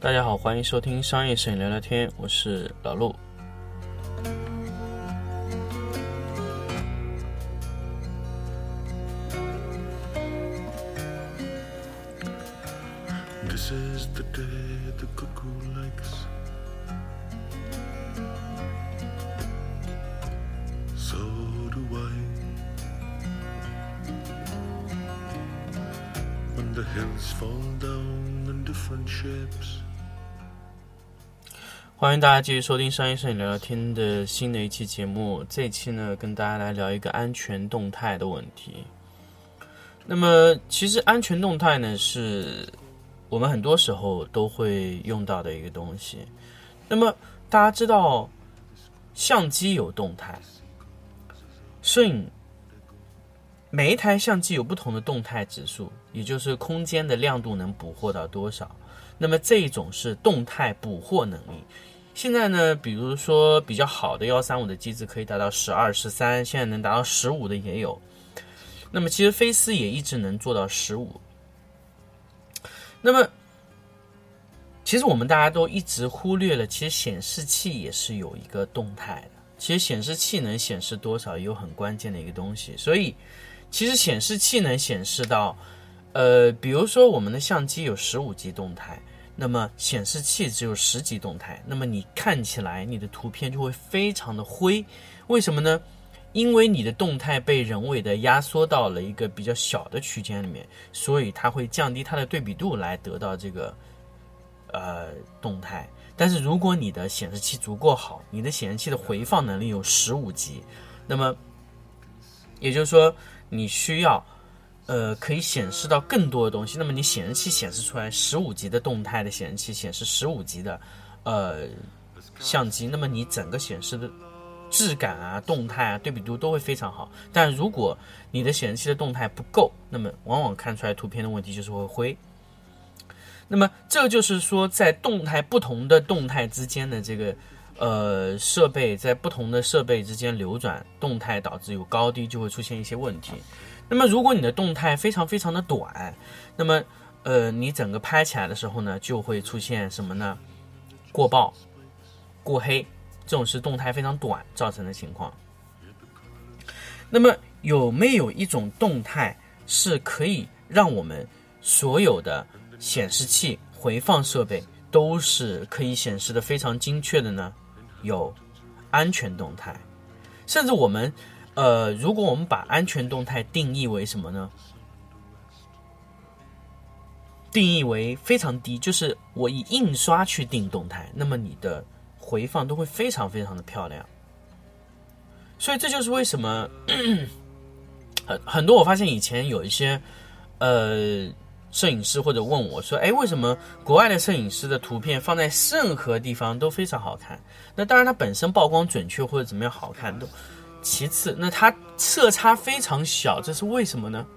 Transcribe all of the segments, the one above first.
大家好，欢迎收听商业摄影聊聊天，我是老陆。 This is the day the cuckoo likes. So do I. When the hills fall down in different shapes. 欢迎大家继续收听商业摄影聊聊天的新的一期节目。这一期呢，跟大家来聊一个安全动态的问题。那么，其实安全动态呢，是我们很多时候都会用到的一个东西。那么，大家知道，相机有动态，摄影每一台相机有不同的动态指数，也就是空间的亮度能捕获到多少。那么这一种是动态捕获能力。现在呢，比如说比较好的135的机子可以达到12、13，现在能达到15的也有。那么其实菲斯也一直能做到15。那么其实我们大家都一直忽略了，其实显示器也是有一个动态的。其实显示器能显示多少也有很关键的一个东西。所以其实显示器能显示到比如说我们的相机有15级动态，那么显示器只有10级动态，那么你看起来你的图片就会非常的灰。为什么呢？因为你的动态被人为的压缩到了一个比较小的区间里面，所以它会降低它的对比度来得到这个动态。但是如果你的显示器足够好，你的显示器的回放能力有15级，那么也就是说你需要可以显示到更多的东西。那么你显示器显示出来15级的动态的显示器显示15级的相机，那么你整个显示的质感啊、动态啊、对比度都会非常好。但如果你的显示器的动态不够，那么往往看出来图片的问题就是会灰。那么这就是说，在不同的动态之间的这个设备，在不同的设备之间流转动态，导致有高低就会出现一些问题。那么如果你的动态非常非常的短，那么你整个拍起来的时候呢，就会出现什么呢？过曝、过黑，这种是动态非常短造成的情况。那么有没有一种动态是可以让我们所有的显示器、回放设备都是可以显示的非常精确的呢？有安全动态。甚至我们如果我们把安全动态定义为什么呢？定义为非常低，就是我以印刷去定动态，那么你的回放都会非常非常的漂亮。所以这就是为什么很多我发现以前有一些摄影师或者问我说，为什么国外的摄影师的图片放在任何地方都非常好看？那当然它本身曝光准确或者怎么样好看都其次，那它色差非常小，这是为什么呢？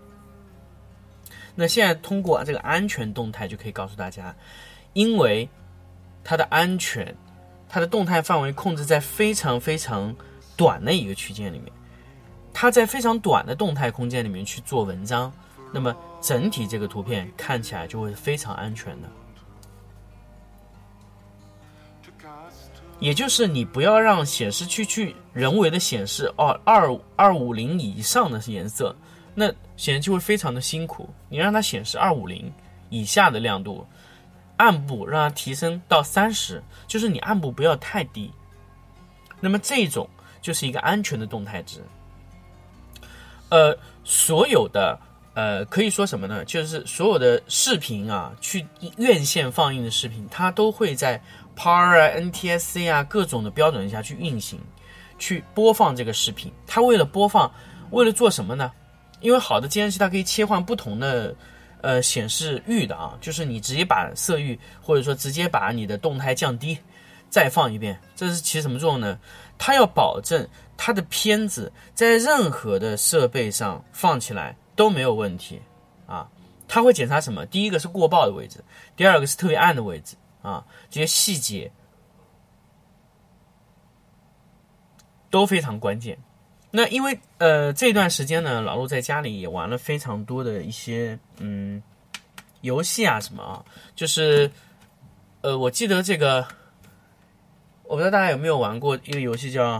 那现在通过这个安全动态就可以告诉大家，因为它的安全，它的动态范围控制在非常非常短的一个区间里面，它在非常短的动态空间里面去做文章，那么整体这个图片看起来就会非常安全的。也就是你不要让显示器去人为的显示250以上的颜色，那显示器会非常的辛苦。你让它显示250以下的亮度，暗部让它提升到30，就是你暗部不要太低。那么这种就是一个安全的动态值。所有的可以说什么呢？就是所有的视频啊，去院线放映的视频，它都会在 PAR 啊、NTSC 啊各种的标准下去运行，去播放这个视频。它为了播放，为了做什么呢？因为好的监视器它可以切换不同的显示域的啊，就是你直接把色域，或者说直接把你的动态降低，再放一遍。这是起什么作用呢？它要保证它的片子在任何的设备上放起来都没有问题啊。它会检查什么？第一个是过曝的位置，第二个是特别暗的位置啊，这些细节都非常关键。那因为这段时间呢，老陆在家里也玩了非常多的一些游戏啊什么啊，就是我记得这个，我不知道大家有没有玩过一个游戏叫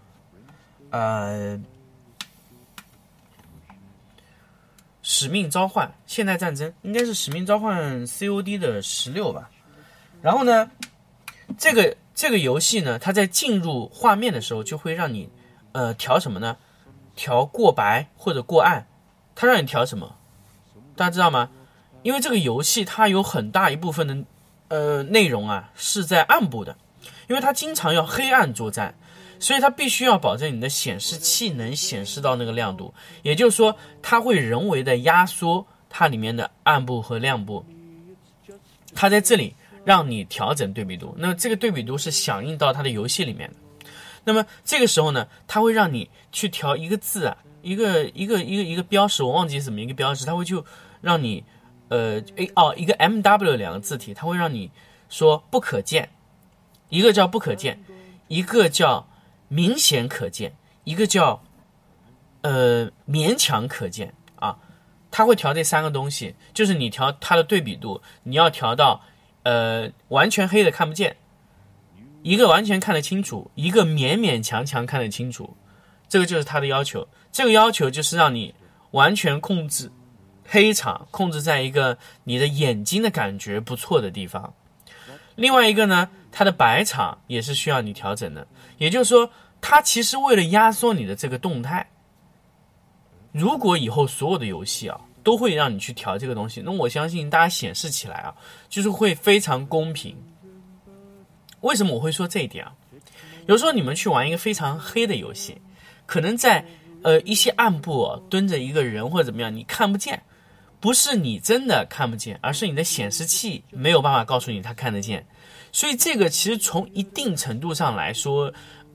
使命召唤现代战争，应该是使命召唤 COD 的16吧。然后呢，这个游戏呢，它在进入画面的时候就会让你调什么呢？调过白或者过暗。它让你调什么？大家知道吗？因为这个游戏它有很大一部分的内容啊是在暗部的，因为它经常要黑暗作战，所以它必须要保证你的显示器能显示到那个亮度，也就是说它会人为的压缩它里面的暗部和亮部，它在这里让你调整对比度，那么这个对比度是响应到它的游戏里面的。那么这个时候呢，它会让你去调一个字啊，一个标识，我忘记什么一个标识，它会就让你一个 MW 两个字体，它会让你说不可见，一个叫不可见，一个叫明显可见，一个叫勉强可见啊。它会调这三个东西，就是你调它的对比度，你要调到完全黑的看不见，一个完全看得清楚，一个勉勉强强看得清楚，这个就是它的要求。这个要求就是让你完全控制黑场，控制在一个你的眼睛的感觉不错的地方。另外一个呢，它的白场也是需要你调整的，也就是说它其实为了压缩你的这个动态，如果以后所有的游戏啊都会让你去调这个东西，那我相信大家显示起来啊就是会非常公平。为什么我会说这一点啊？有时候你们去玩一个非常黑的游戏，可能在一些暗部蹲着一个人或者怎么样，你看不见，不是你真的看不见，而是你的显示器没有办法告诉你他看得见。所以这个其实从一定程度上来说，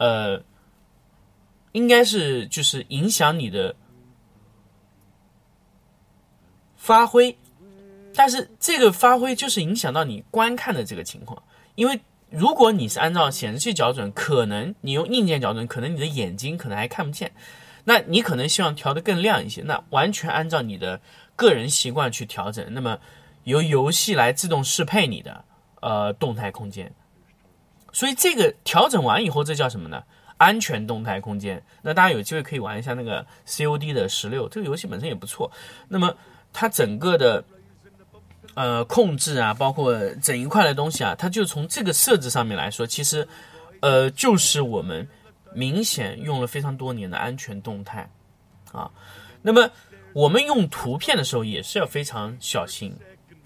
应该是就是影响你的发挥，但是这个发挥就是影响到你观看的这个情况。因为如果你是按照显示器校准，可能你用硬件校准，可能你的眼睛可能还看不见，那你可能希望调得更亮一些，那完全按照你的个人习惯去调整，那么由游戏来自动适配你的动态空间。所以这个调整完以后，这叫什么呢？安全动态空间。那大家有机会可以玩一下那个 COD 的16，这个游戏本身也不错。那么它整个的控制啊，包括整一块的东西啊，它就从这个设置上面来说，其实就是我们明显用了非常多年的安全动态啊。那么我们用图片的时候也是要非常小心，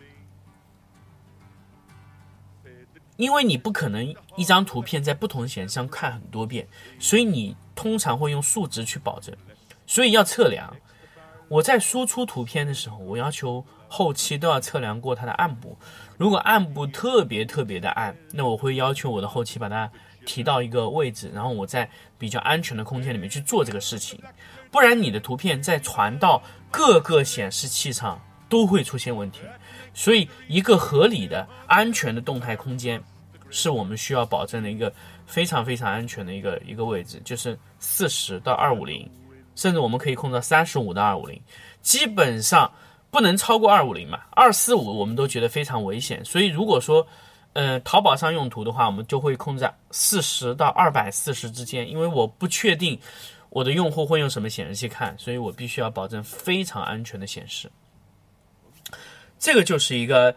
因为你不可能一张图片在不同显示上看很多遍，所以你通常会用数值去保证，所以要测量。我在输出图片的时候，我要求后期都要测量过它的暗部，如果暗部特别特别的暗，那我会要求我的后期把它提到一个位置，然后我在比较安全的空间里面去做这个事情，不然你的图片在传到各个显示器上都会出现问题。所以一个合理的安全的动态空间是我们需要保证的一个非常非常安全的一个位置，就是40到250，甚至我们可以控制到35到250，基本上不能超过250嘛，245我们都觉得非常危险。所以如果说淘宝上用图的话，我们就会控制在40到240之间，因为我不确定我的用户会用什么显示器看，所以我必须要保证非常安全的显示。这个就是一个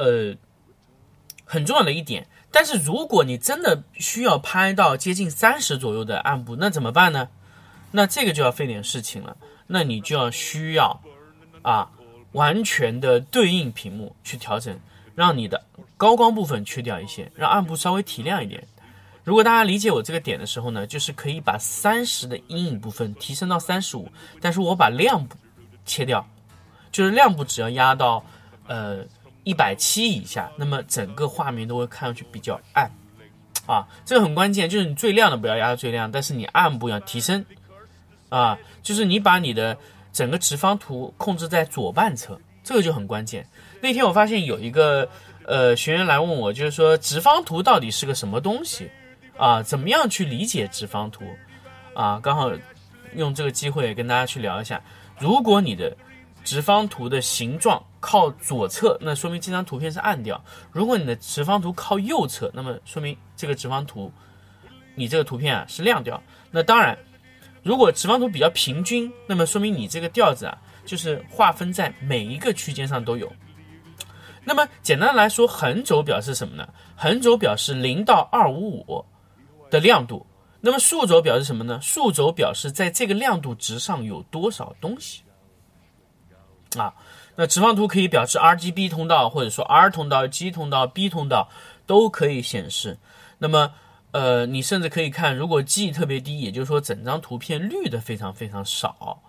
很重要的一点。但是如果你真的需要拍到接近30左右的暗部，那怎么办呢？那这个就要费点事情了，那你就需要完全的对应屏幕去调整，让你的高光部分去掉一些，让暗部稍微提亮一点。如果大家理解我这个点的时候呢，就是可以把30的阴影部分提升到35，但是我把亮部切掉，就是亮部只要压到170以下，那么整个画面都会看上去比较暗啊，这个很关键，就是你最亮的不要压到最亮，但是你暗部要提升啊，就是你把你的整个直方图控制在左半侧，这个就很关键。那天我发现有一个学员来问我，就是说直方图到底是个什么东西啊？怎么样去理解直方图啊？刚好用这个机会跟大家去聊一下，如果你的直方图的形状靠左侧，那说明这张图片是暗调；如果你的直方图靠右侧，那么说明这个直方图，你这个图片是亮调。那当然，如果直方图比较平均，那么说明你这个调子就是划分在每一个区间上都有。那么简单来说，横轴表示什么呢？横轴表示0到255的亮度。那么竖轴表示什么呢？竖轴表示在这个亮度值上有多少东西。那直方图可以表示 RGB 通道，或者说 R 通道、G 通道、B 通道都可以显示。那么你甚至可以看，如果 G 特别低，也就是说整张图片绿的非常非常少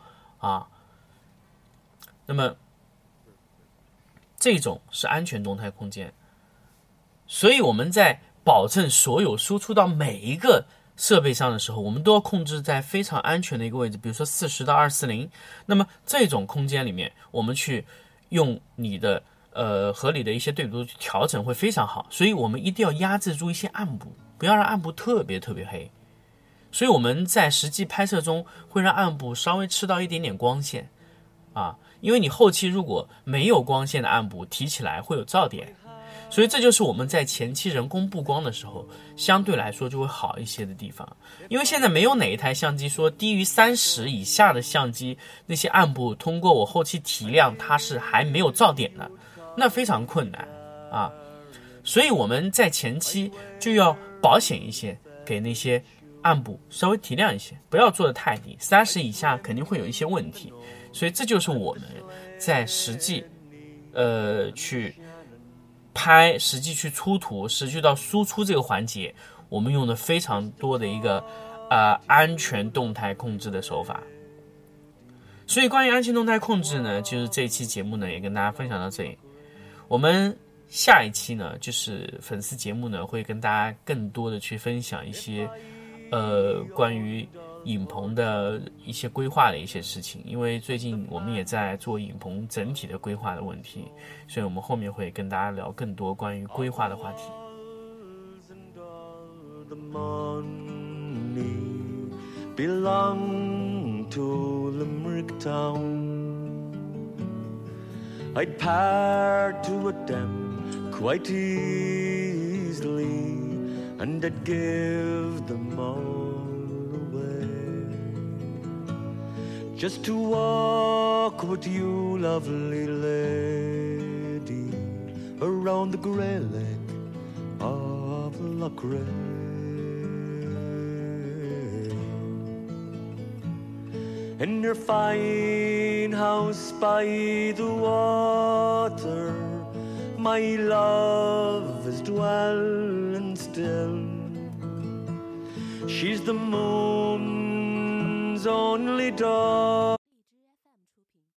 那么这种是安全动态空间。所以我们在保证所有输出到每一个设备上的时候，我们都要控制在非常安全的一个位置，比如说40到240。那么这种空间里面，我们去用你的合理的一些对比度去调整会非常好。所以我们一定要压制住一些暗部，不要让暗部特别特别黑。所以我们在实际拍摄中会让暗部稍微吃到一点点光线因为你后期如果没有光线的暗部提起来会有噪点。所以这就是我们在前期人工布光的时候相对来说就会好一些的地方。因为现在没有哪一台相机说低于30以下的相机那些暗部通过我后期提亮它是还没有噪点的，那非常困难所以我们在前期就要保险一些，给那些暗部稍微提亮一些，不要做得太低，30以下肯定会有一些问题。所以这就是我们在实际去拍，实际去出图，实际到输出这个环节，我们用的非常多的一个安全动态控制的手法。所以关于安全动态控制呢，就是这一期节目呢也跟大家分享到这里。我们下一期呢，就是粉丝节目呢，会跟大家更多的去分享一些关于影棚的一些规划的一些事情。因为最近我们也在做影棚整体的规划的问题，所以我们后面会跟大家聊更多关于规划的话题。 I'd part to a them quite easily, and I'd give them all away, just to walk with you, lovely lady, around the grey lake of Loughrea. In your fine house by the water, my love is dwelling still. She's the moon's only daughter.